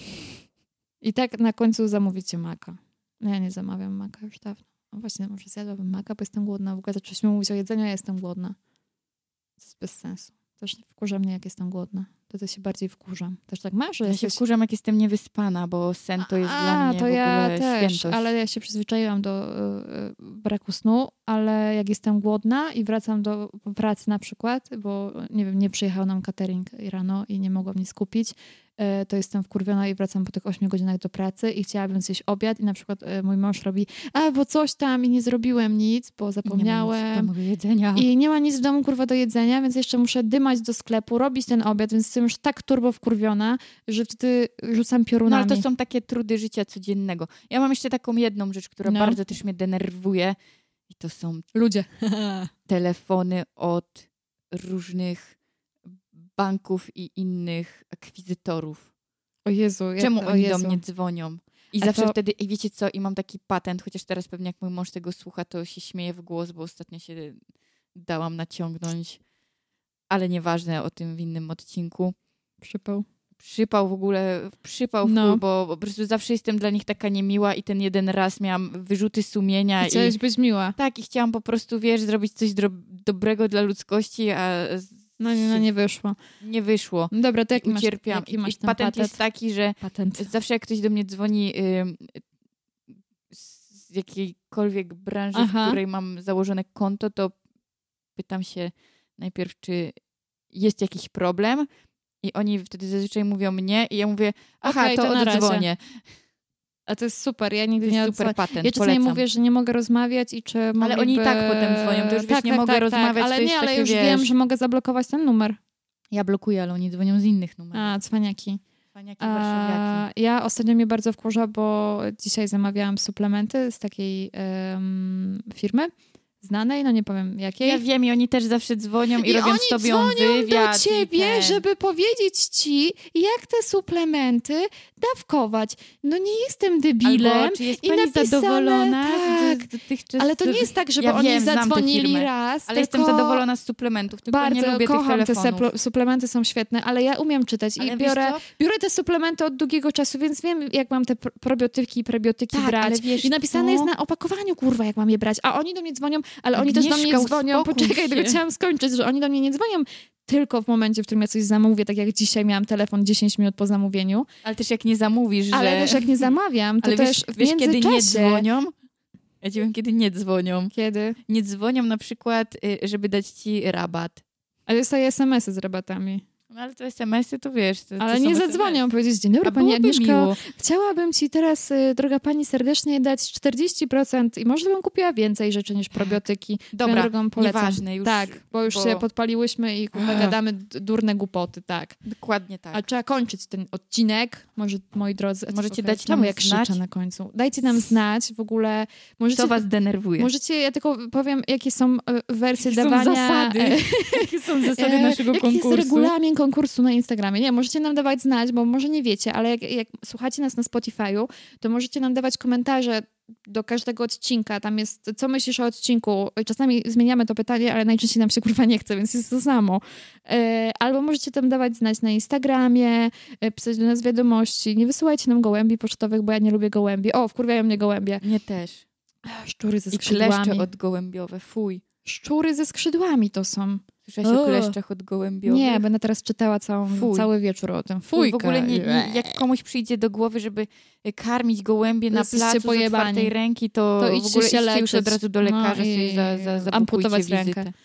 I tak na końcu zamówicie maka. No ja nie zamawiam maka już dawno. No właśnie, może zjadłabym maka, bo jestem głodna. W ogóle zaczęliśmy mówić o jedzeniu, a ja jestem głodna. To jest bez sensu. Też wkurza mnie, jak jestem głodna. To się bardziej wkurzam. Też tak masz, że ja się wkurzam, jak jestem niewyspana, bo sen to jest dla mnie to w ogóle ja też, świętość. Ale ja się przyzwyczaiłam do braku snu, ale jak jestem głodna i wracam do pracy na przykład, bo nie wiem, nie przyjechał nam catering rano i nie mogłam mnie skupić, to jestem wkurwiona i wracam po tych 8 godzinach do pracy i chciałabym zjeść obiad i na przykład mój mąż robi, bo coś tam i nie zrobiłem nic, bo zapomniałem. Nie ma nic w domu do jedzenia. I nie ma nic w domu, kurwa, do jedzenia, więc jeszcze muszę dymać do sklepu, robić ten obiad, więc jestem już tak turbo wkurwiona, że wtedy rzucam piorunami. No ale to są takie trudy życia codziennego. Ja mam jeszcze taką jedną rzecz, która bardzo też mnie denerwuje i to są ludzie. Telefony od różnych banków i innych akwizytorów. O Jezu. Czemu oni do mnie dzwonią? I zawsze wtedy, i wiecie co, i mam taki patent, chociaż teraz pewnie jak mój mąż tego słucha, to się śmieje w głos, bo ostatnio się dałam naciągnąć, ale nieważne, o tym w innym odcinku. Przypał w ogóle, bo po prostu zawsze jestem dla nich taka niemiła i ten jeden raz miałam wyrzuty sumienia. I chciałaś być miła. Tak, i chciałam po prostu, wiesz, zrobić coś dobrego dla ludzkości, a... nie wyszło. Nie wyszło. No dobra, to jaki masz ten patent jest taki, że zawsze jak ktoś do mnie dzwoni z jakiejkolwiek branży, w której mam założone konto, to pytam się najpierw, czy jest jakiś problem i oni wtedy zazwyczaj mówią nie i ja mówię, to oddzwonię. A to jest super, ja nigdy nie super patent, ja czasami mówię, że nie mogę rozmawiać i czy ale oni i tak potem dzwonią, to już wiesz, nie mogę rozmawiać. Ale to jest ale takie, już wiem, że mogę zablokować ten numer. Ja blokuję, ale oni dzwonią z innych numerów. Cwaniaki. Warszawiaki. Ja ostatnio mnie bardzo wkurza, bo dzisiaj zamawiałam suplementy z takiej firmy znanej, no nie powiem jakiej. Ja wiem i oni też zawsze dzwonią i robią z tobą wywiad. I oni dzwonią do ciebie, żeby powiedzieć ci, jak te suplementy dawkować. No nie jestem debilem. Albo czy jest pani zadowolona z dotychczas... Ale to nie jest tak, żeby oni zadzwonili raz. Ale jestem zadowolona z suplementów, tylko bardzo nie lubię kocham tych telefonów. Te suplementy są świetne, ale ja umiem czytać i biorę te suplementy od długiego czasu, więc wiem, jak mam te probiotyki i prebiotyki brać. Ale wiesz, i napisane jest na opakowaniu, kurwa, jak mam je brać. A oni do mnie dzwonią, ale oni też do mnie dzwonią. Poczekaj, tylko chciałam skończyć, że oni do mnie nie dzwonią tylko w momencie, w którym ja coś zamówię, tak jak dzisiaj miałam telefon 10 minut po zamówieniu. Ale też jak nie zamówisz, Ale też jak nie zamawiam, to ale też w wiesz, międzyczasie... kiedy nie dzwonią? Ja ci wiem, kiedy nie dzwonią. Kiedy? Nie dzwonią na przykład, żeby dać ci rabat. Ale dostaję SMS-y z rabatami. ale to SMS-y to wiesz. Ale nie zadzwonią, powiedzieć: dzień dobry, pani Agnieszko, miło. Chciałabym ci teraz, droga pani, serdecznie dać 40% i może bym kupiła więcej rzeczy niż probiotyki. Dobra, drogą polecam. Nieważne już. Tak, bo już się podpaliłyśmy i gadamy durne głupoty, tak. Dokładnie tak. A trzeba kończyć ten odcinek, może moi drodzy. Możecie dać nam jak znać. Krzyczę na końcu. Dajcie nam znać w ogóle. Co was denerwuje. Możecie, ja tylko powiem, jakie są wersje jakie dawania. Są zasady. Jakie są zasady naszego konkursu. Jaki jest regulamin konkursu na Instagramie? Nie, możecie nam dawać znać, bo może nie wiecie, ale jak słuchacie nas na Spotify'u, to możecie nam dawać komentarze do każdego odcinka. Tam jest, co myślisz o odcinku? Czasami zmieniamy to pytanie, ale najczęściej nam się kurwa nie chce, więc jest to samo. Albo możecie tam dawać znać na Instagramie, pisać do nas wiadomości. Nie wysyłajcie nam gołębi pocztowych, bo ja nie lubię gołębi. O, wkurwiają mnie gołębie. Mnie też. Szczury ze skrzydłami. I kleszcze odgołębiowe, fuj. Szczury ze skrzydłami to są. Słyszałaś o kleszczach odgołębiowych? Nie, będę teraz czytała cały wieczór o tym. Fuj, w ogóle jak komuś przyjdzie do głowy, żeby karmić gołębie na placu z otwartej ręki, to w ogóle idźcie już od razu do lekarza sobie amputować wizytę. Rękę.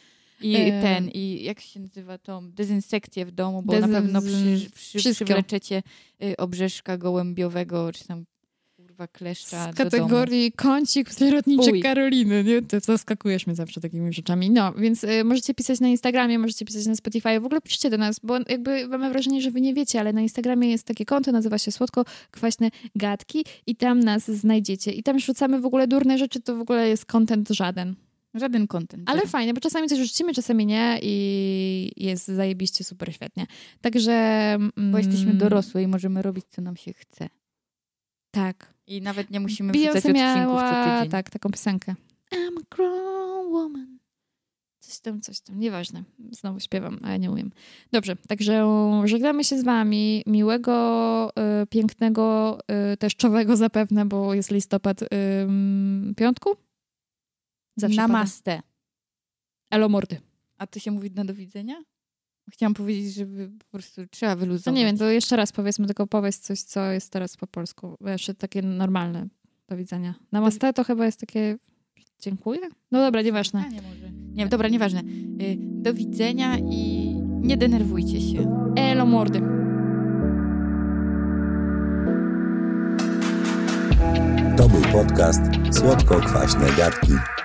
I jak się nazywa tą dezynsekcję w domu, bo na pewno przywleczecie obrzeżka gołębiowego, czy tam kleszcza z kategorii kącik przyrodniczy Karoliny, nie? Ty zaskakujesz mnie zawsze takimi rzeczami. No, więc możecie pisać na Instagramie, możecie pisać na Spotify. W ogóle piszcie do nas, bo jakby mamy wrażenie, że wy nie wiecie, ale na Instagramie jest takie konto, nazywa się Słodko-Kwaśne Gadki i tam nas znajdziecie. I tam rzucamy w ogóle durne rzeczy, to w ogóle jest content żaden. Żaden content. Ale fajnie, bo czasami coś rzucimy, czasami nie i jest zajebiście, super świetnie. Także... Bo jesteśmy dorosłe i możemy robić, co nam się chce. Tak. I nawet nie musimy wrzucać odcinków co tydzień. Tak, taką piosenkę. I'm a grown woman. Coś tam, nieważne. Znowu śpiewam, a ja nie umiem. Dobrze, także żegnamy się z wami. Miłego, pięknego, deszczowego zapewne, bo jest listopad, piątku? Zawsze Namaste. Elo mordy. A to się mówi na do widzenia? Chciałam powiedzieć, żeby po prostu trzeba wyluzować. No nie wiem, to jeszcze raz powiedzmy, tylko powiedz coś, co jest teraz po polsku. Jeszcze takie normalne do widzenia. Namaste to chyba jest takie dziękuję? No dobra, nieważne. Nie, może. Nie, dobra, nieważne. Do widzenia i nie denerwujcie się. Elo mordy. To był podcast Słodko-Kwaśne Gadki.